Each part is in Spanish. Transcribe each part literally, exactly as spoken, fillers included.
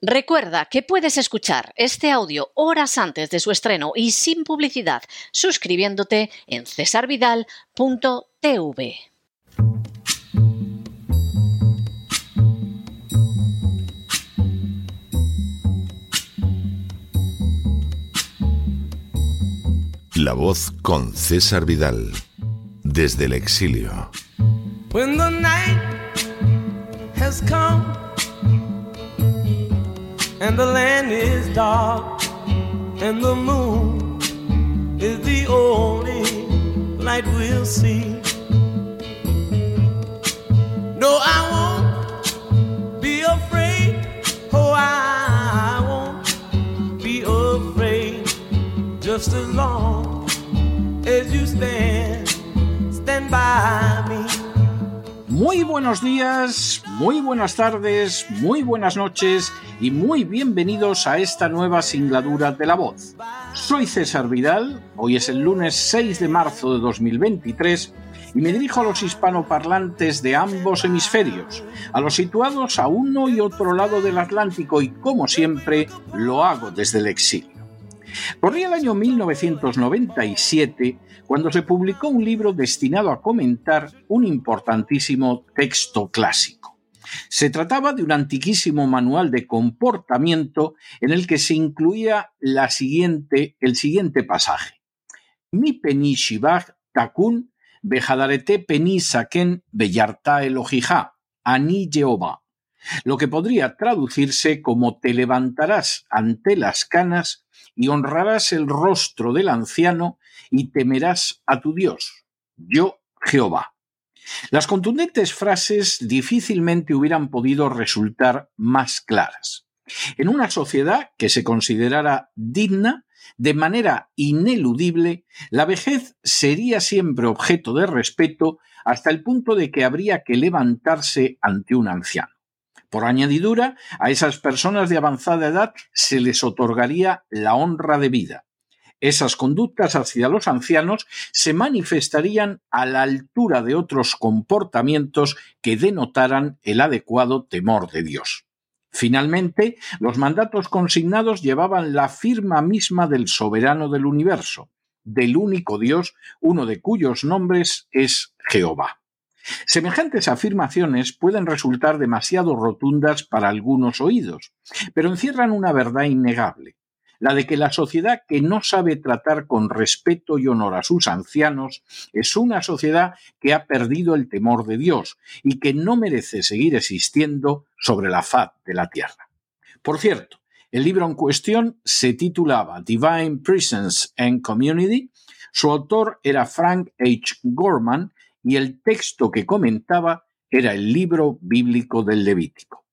Recuerda que puedes escuchar este audio horas antes de su estreno y sin publicidad suscribiéndote en cesar vidal punto t v. La Voz con César Vidal, desde el exilio. When the night has come and the land is dark and the moon is the only light we'll see. No, I won't be afraid. Oh, I won't be afraid. Just as long as you stand, stand by me. Muy buenos días, muy buenas tardes, muy buenas noches y muy bienvenidos a esta nueva singladura de La Voz. Soy César Vidal, hoy es el lunes seis de marzo de dos mil veintitrés y me dirijo a los hispanoparlantes de ambos hemisferios, a los situados a uno y otro lado del Atlántico y, como siempre, lo hago desde el exilio. Corría el año mil novecientos noventa y siete cuando se publicó un libro destinado a comentar un importantísimo texto clásico. Se trataba de un antiquísimo manual de comportamiento en el que se incluía la siguiente, el siguiente pasaje. Mi peni shibag takun bejadarete peni saken beyarta elojija, ani Jehová. Lo que podría traducirse como te levantarás ante las canas y honrarás el rostro del anciano y temerás a tu Dios, yo Jehová. Las contundentes frases difícilmente hubieran podido resultar más claras. En una sociedad que se considerara digna, de manera ineludible, la vejez sería siempre objeto de respeto hasta el punto de que habría que levantarse ante un anciano. Por añadidura, a esas personas de avanzada edad se les otorgaría la honra de vida. Esas conductas hacia los ancianos se manifestarían a la altura de otros comportamientos que denotaran el adecuado temor de Dios. Finalmente, los mandatos consignados llevaban la firma misma del soberano del universo, del único Dios, uno de cuyos nombres es Jehová. Semejantes afirmaciones pueden resultar demasiado rotundas para algunos oídos, pero encierran una verdad innegable, la de que la sociedad que no sabe tratar con respeto y honor a sus ancianos es una sociedad que ha perdido el temor de Dios y que no merece seguir existiendo sobre la faz de la tierra. Por cierto, el libro en cuestión se titulaba Divine Presence and Community, su autor era Frank H. Gorman, y el texto que comentaba era el libro bíblico del Levítico.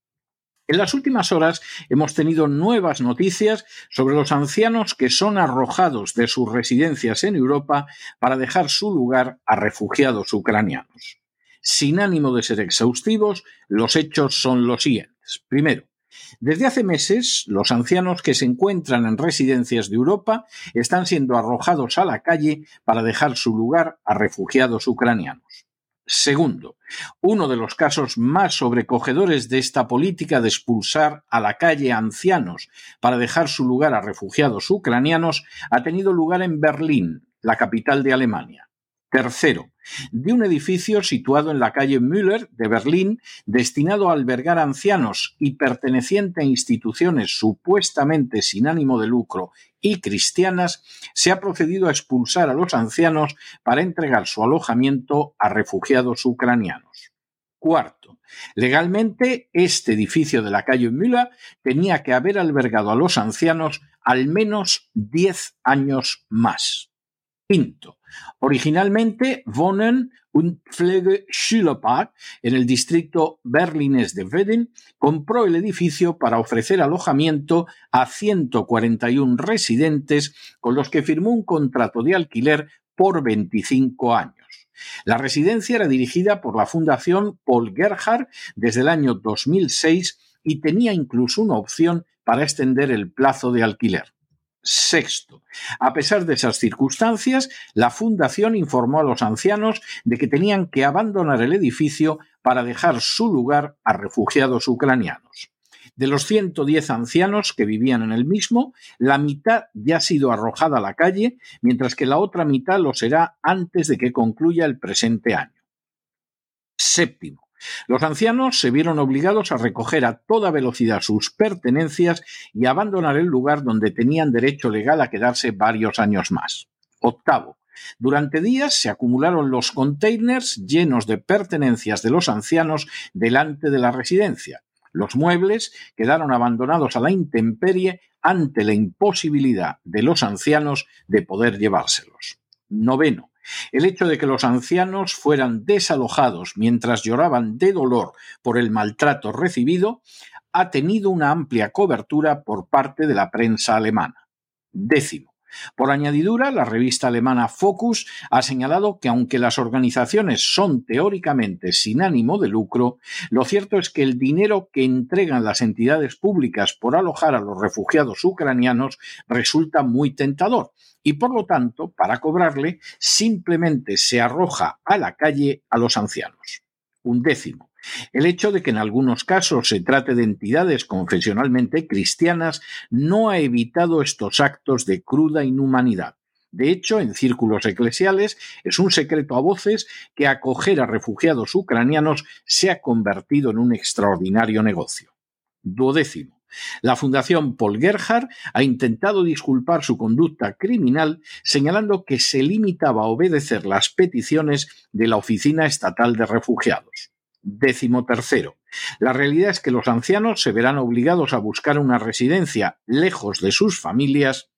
En las últimas horas hemos tenido nuevas noticias sobre los ancianos que son arrojados de sus residencias en Europa para dejar su lugar a refugiados ucranianos. Sin ánimo de ser exhaustivos, los hechos son los siguientes. Primero, desde hace meses, los ancianos que se encuentran en residencias de Europa están siendo arrojados a la calle para dejar su lugar a refugiados ucranianos. Segundo, uno de los casos más sobrecogedores de esta política de expulsar a la calle a ancianos para dejar su lugar a refugiados ucranianos ha tenido lugar en Berlín, la capital de Alemania. Tercero, de un edificio situado en la calle Müller de Berlín, destinado a albergar ancianos y perteneciente a instituciones supuestamente sin ánimo de lucro y cristianas, se ha procedido a expulsar a los ancianos para entregar su alojamiento a refugiados ucranianos. Cuarto, legalmente este edificio de la calle Müller tenía que haber albergado a los ancianos al menos diez años más. Quinto, originalmente Wohnen und Pflege Schülerpark, en el distrito berlinés de Wedding, compró el edificio para ofrecer alojamiento a ciento cuarenta y uno residentes con los que firmó un contrato de alquiler por veinticinco años. La residencia era dirigida por la Fundación Paul Gerhardt desde el año dos mil seis y tenía incluso una opción para extender el plazo de alquiler. Sexto, a pesar de esas circunstancias, la Fundación informó a los ancianos de que tenían que abandonar el edificio para dejar su lugar a refugiados ucranianos. De los ciento diez ancianos que vivían en el mismo, la mitad ya ha sido arrojada a la calle, mientras que la otra mitad lo será antes de que concluya el presente año. Séptimo. Los ancianos se vieron obligados a recoger a toda velocidad sus pertenencias y a abandonar el lugar donde tenían derecho legal a quedarse varios años más. Octavo. Durante días se acumularon los containers llenos de pertenencias de los ancianos delante de la residencia. Los muebles quedaron abandonados a la intemperie ante la imposibilidad de los ancianos de poder llevárselos. Noveno. El hecho de que los ancianos fueran desalojados mientras lloraban de dolor por el maltrato recibido ha tenido una amplia cobertura por parte de la prensa alemana. Décimo. Por añadidura, la revista alemana Focus ha señalado que aunque las organizaciones son teóricamente sin ánimo de lucro, lo cierto es que el dinero que entregan las entidades públicas por alojar a los refugiados ucranianos resulta muy tentador y, por lo tanto, para cobrarle, simplemente se arroja a la calle a los ancianos. Un décimo. El hecho de que en algunos casos se trate de entidades confesionalmente cristianas no ha evitado estos actos de cruda inhumanidad. De hecho, en círculos eclesiales es un secreto a voces que acoger a refugiados ucranianos se ha convertido en un extraordinario negocio. Duodécimo. La Fundación Paul Gerhardt ha intentado disculpar su conducta criminal señalando que se limitaba a obedecer las peticiones de la Oficina Estatal de Refugiados. Décimo tercero. La realidad es que los ancianos se verán obligados a buscar una residencia lejos de sus familias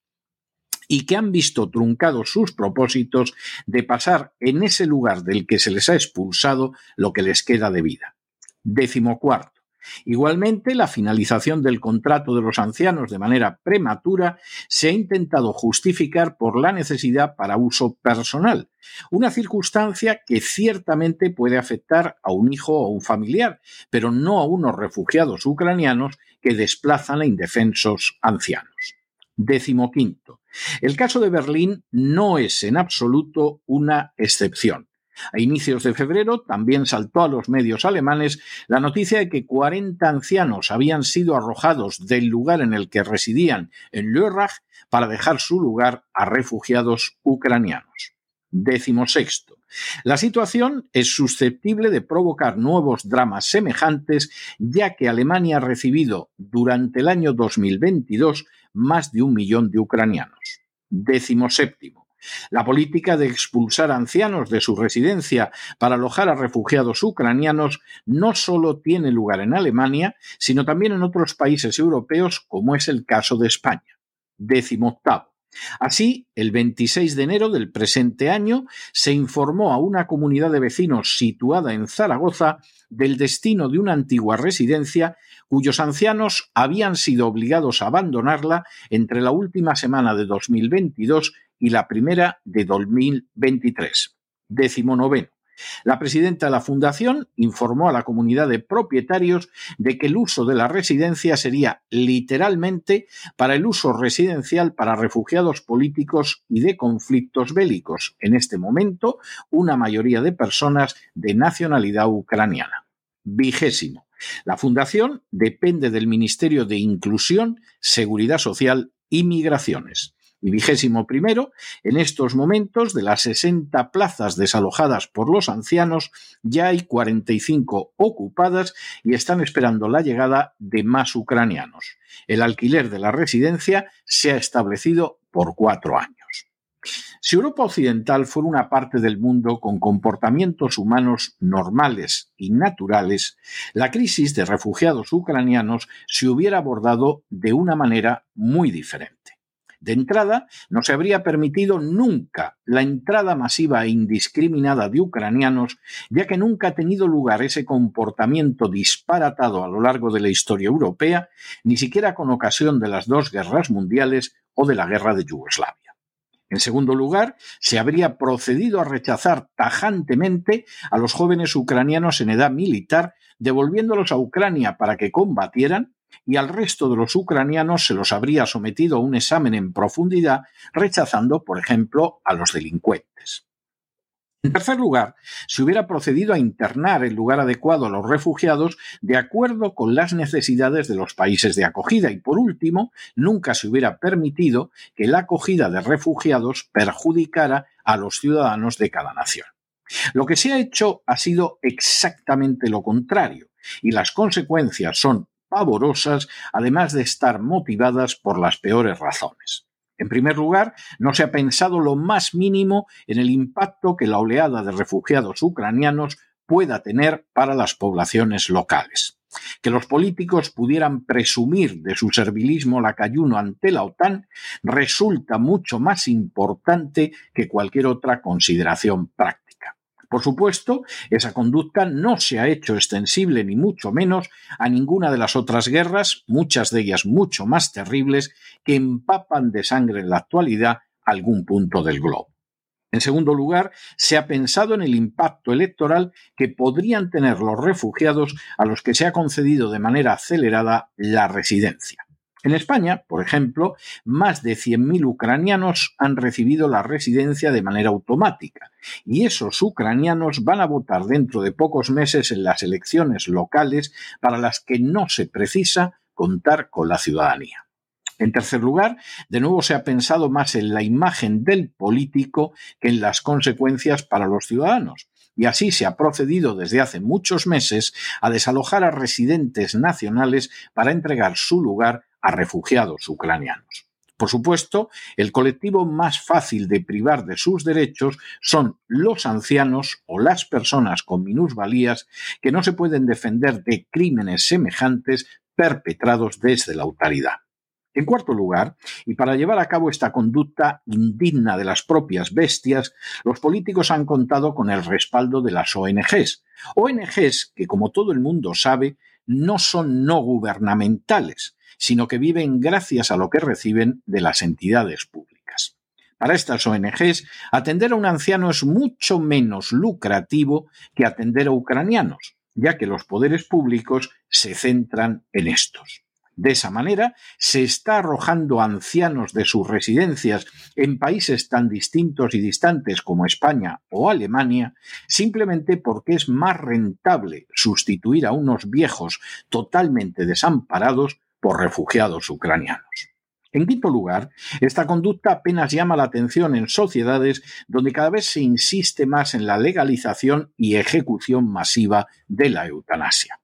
y que han visto truncados sus propósitos de pasar en ese lugar del que se les ha expulsado lo que les queda de vida. Décimo cuarto. Igualmente, la finalización del contrato de los ancianos de manera prematura se ha intentado justificar por la necesidad para uso personal, una circunstancia que ciertamente puede afectar a un hijo o un familiar, pero no a unos refugiados ucranianos que desplazan a indefensos ancianos. Décimo quinto. El caso de Berlín no es en absoluto una excepción. A inicios de febrero también saltó a los medios alemanes la noticia de que cuarenta ancianos habían sido arrojados del lugar en el que residían en Lörrach para dejar su lugar a refugiados ucranianos. Décimo sexto. La situación es susceptible de provocar nuevos dramas semejantes, ya que Alemania ha recibido durante el año dos mil veintidós más de un millón de ucranianos. Décimo séptimo. La política de expulsar ancianos de su residencia para alojar a refugiados ucranianos no solo tiene lugar en Alemania, sino también en otros países europeos, como es el caso de España. Décimo octavo. Así, el veintiséis de enero del presente año se informó a una comunidad de vecinos situada en Zaragoza del destino de una antigua residencia cuyos ancianos habían sido obligados a abandonarla entre la última semana de dos mil veintidós y la primera de dos mil veintitrés. Décimo noveno. La presidenta de la Fundación informó a la comunidad de propietarios de que el uso de la residencia sería literalmente para el uso residencial para refugiados políticos y de conflictos bélicos, en este momento una mayoría de personas de nacionalidad ucraniana. Vigésimo. La Fundación depende del Ministerio de Inclusión, Seguridad Social y Migraciones. Y vigésimo primero, en estos momentos, de las sesenta plazas desalojadas por los ancianos, ya hay cuarenta y cinco ocupadas y están esperando la llegada de más ucranianos. El alquiler de la residencia se ha establecido por cuatro años. Si Europa Occidental fuera una parte del mundo con comportamientos humanos normales y naturales, la crisis de refugiados ucranianos se hubiera abordado de una manera muy diferente. De entrada, no se habría permitido nunca la entrada masiva e indiscriminada de ucranianos, ya que nunca ha tenido lugar ese comportamiento disparatado a lo largo de la historia europea, ni siquiera con ocasión de las dos guerras mundiales o de la guerra de Yugoslavia. En segundo lugar, se habría procedido a rechazar tajantemente a los jóvenes ucranianos en edad militar, devolviéndolos a Ucrania para que combatieran, y al resto de los ucranianos se los habría sometido a un examen en profundidad, rechazando, por ejemplo, a los delincuentes. En tercer lugar, se hubiera procedido a internar en lugar adecuado a los refugiados de acuerdo con las necesidades de los países de acogida. Y por último, nunca se hubiera permitido que la acogida de refugiados perjudicara a los ciudadanos de cada nación. Lo que se ha hecho ha sido exactamente lo contrario, y las consecuencias son pavorosas, además de estar motivadas por las peores razones. En primer lugar, no se ha pensado lo más mínimo en el impacto que la oleada de refugiados ucranianos pueda tener para las poblaciones locales. Que los políticos pudieran presumir de su servilismo lacayuno ante la OTAN resulta mucho más importante que cualquier otra consideración práctica. Por supuesto, esa conducta no se ha hecho extensible ni mucho menos a ninguna de las otras guerras, muchas de ellas mucho más terribles, que empapan de sangre en la actualidad algún punto del globo. En segundo lugar, se ha pensado en el impacto electoral que podrían tener los refugiados a los que se ha concedido de manera acelerada la residencia. En España, por ejemplo, más de cien mil ucranianos han recibido la residencia de manera automática, y esos ucranianos van a votar dentro de pocos meses en las elecciones locales para las que no se precisa contar con la ciudadanía. En tercer lugar, de nuevo se ha pensado más en la imagen del político que en las consecuencias para los ciudadanos. Y así se ha procedido desde hace muchos meses a desalojar a residentes nacionales para entregar su lugar a refugiados ucranianos. Por supuesto, el colectivo más fácil de privar de sus derechos son los ancianos o las personas con minusvalías que no se pueden defender de crímenes semejantes perpetrados desde la autoridad. En cuarto lugar, y para llevar a cabo esta conducta indigna de las propias bestias, los políticos han contado con el respaldo de las O N Ges. O N Ges que, como todo el mundo sabe, no son no gubernamentales, sino que viven gracias a lo que reciben de las entidades públicas. Para estas O N Ges, atender a un anciano es mucho menos lucrativo que atender a ucranianos, ya que los poderes públicos se centran en estos. De esa manera, se está arrojando a ancianos de sus residencias en países tan distintos y distantes como España o Alemania, simplemente porque es más rentable sustituir a unos viejos totalmente desamparados por refugiados ucranianos. En quinto lugar, esta conducta apenas llama la atención en sociedades donde cada vez se insiste más en la legalización y ejecución masiva de la eutanasia.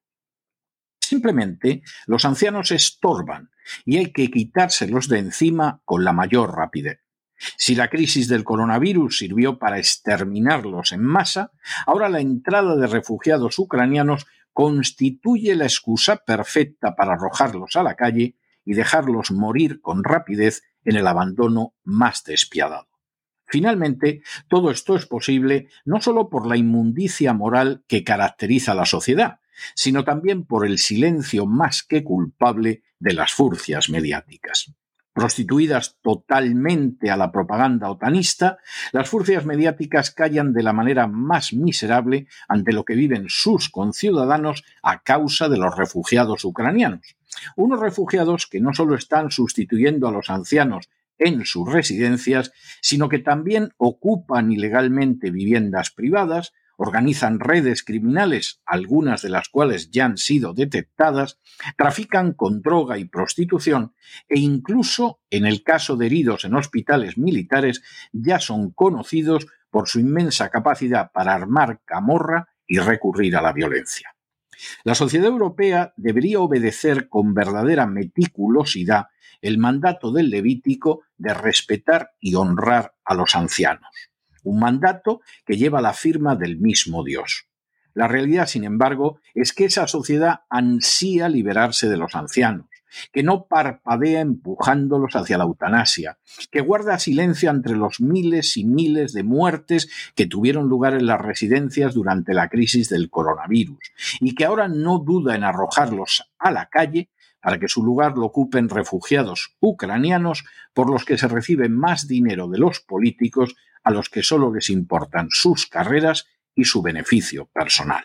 Simplemente, los ancianos estorban y hay que quitárselos de encima con la mayor rapidez. Si la crisis del coronavirus sirvió para exterminarlos en masa, ahora la entrada de refugiados ucranianos constituye la excusa perfecta para arrojarlos a la calle y dejarlos morir con rapidez en el abandono más despiadado. Finalmente, todo esto es posible no solo por la inmundicia moral que caracteriza a la sociedad, sino también por el silencio más que culpable de las furcias mediáticas. Prostituidas totalmente a la propaganda otanista, las furcias mediáticas callan de la manera más miserable ante lo que viven sus conciudadanos a causa de los refugiados ucranianos. Unos refugiados que no solo están sustituyendo a los ancianos en sus residencias, sino que también ocupan ilegalmente viviendas privadas, organizan redes criminales, algunas de las cuales ya han sido detectadas, trafican con droga y prostitución e incluso, en el caso de heridos en hospitales militares, ya son conocidos por su inmensa capacidad para armar camorra y recurrir a la violencia. La sociedad europea debería obedecer con verdadera meticulosidad el mandato del Levítico de respetar y honrar a los ancianos. Un mandato que lleva la firma del mismo Dios. La realidad, sin embargo, es que esa sociedad ansía liberarse de los ancianos, que no parpadea empujándolos hacia la eutanasia, que guarda silencio ante los miles y miles de muertes que tuvieron lugar en las residencias durante la crisis del coronavirus, y que ahora no duda en arrojarlos a la calle para que su lugar lo ocupen refugiados ucranianos por los que se recibe más dinero de los políticos a los que solo les importan sus carreras y su beneficio personal.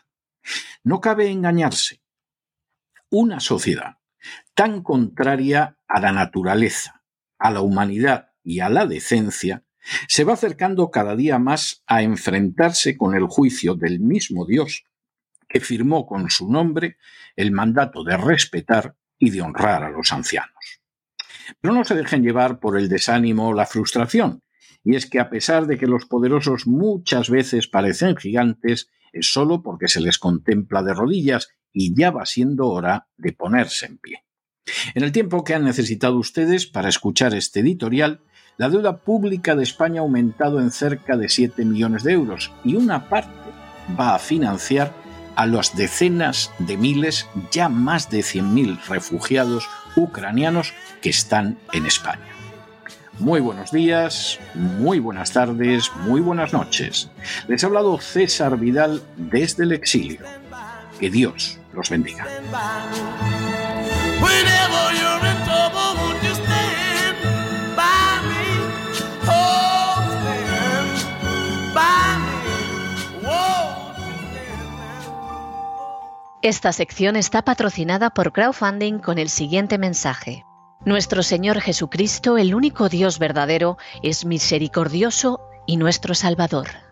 No cabe engañarse. Una sociedad tan contraria a la naturaleza, a la humanidad y a la decencia Se va acercando cada día más a enfrentarse con el juicio del mismo Dios que firmó con su nombre el mandato de respetar y de honrar a los ancianos. Pero no se dejen llevar por el desánimo o la frustración, y es que a pesar de que los poderosos muchas veces parecen gigantes, es solo porque se les contempla de rodillas y ya va siendo hora de ponerse en pie. En el tiempo que han necesitado ustedes para escuchar este editorial, la deuda pública de España ha aumentado en cerca de siete millones de euros y una parte va a financiar a las decenas de miles, ya más de cien mil refugiados ucranianos que están en España. Muy buenos días, muy buenas tardes, muy buenas noches. Les ha hablado César Vidal desde el exilio. Que Dios los bendiga. Esta sección está patrocinada por crowdfunding con el siguiente mensaje. Nuestro Señor Jesucristo, el único Dios verdadero, es misericordioso y nuestro Salvador.